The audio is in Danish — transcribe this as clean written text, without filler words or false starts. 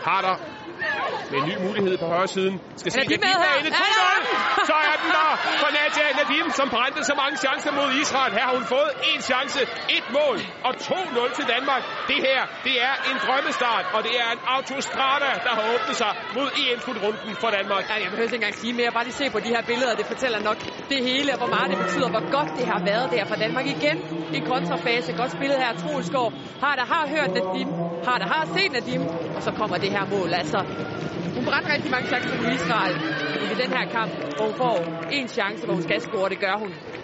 Harder med en ny mulighed på højre siden. Skal se Nadim er inde. 2-0! Så er den der for Nadia Nadim, som brændte så mange chancer mod Israel. Her har hun fået en chance, et mål og 2-0 til Danmark. Det her, det er en drømmestart, og det er en autostrada, der har åbnet sig mod EM-slutrunden for Danmark. Ja, jeg behøver ikke engang sige mere. Bare lige se på de her billeder. Det fortæller nok det hele, og hvor meget det betyder, hvor godt det har været der for Danmark igen. I kontrafase. Godt spillet her. Troelsgaard har hørt Nadim. Har set Nadim. Og så kommer det her mål. Altså, hun brændte rigtig mange chancer for Israel i den her kamp, hvor hun får en chance, hvor hun skal score. Det gør hun.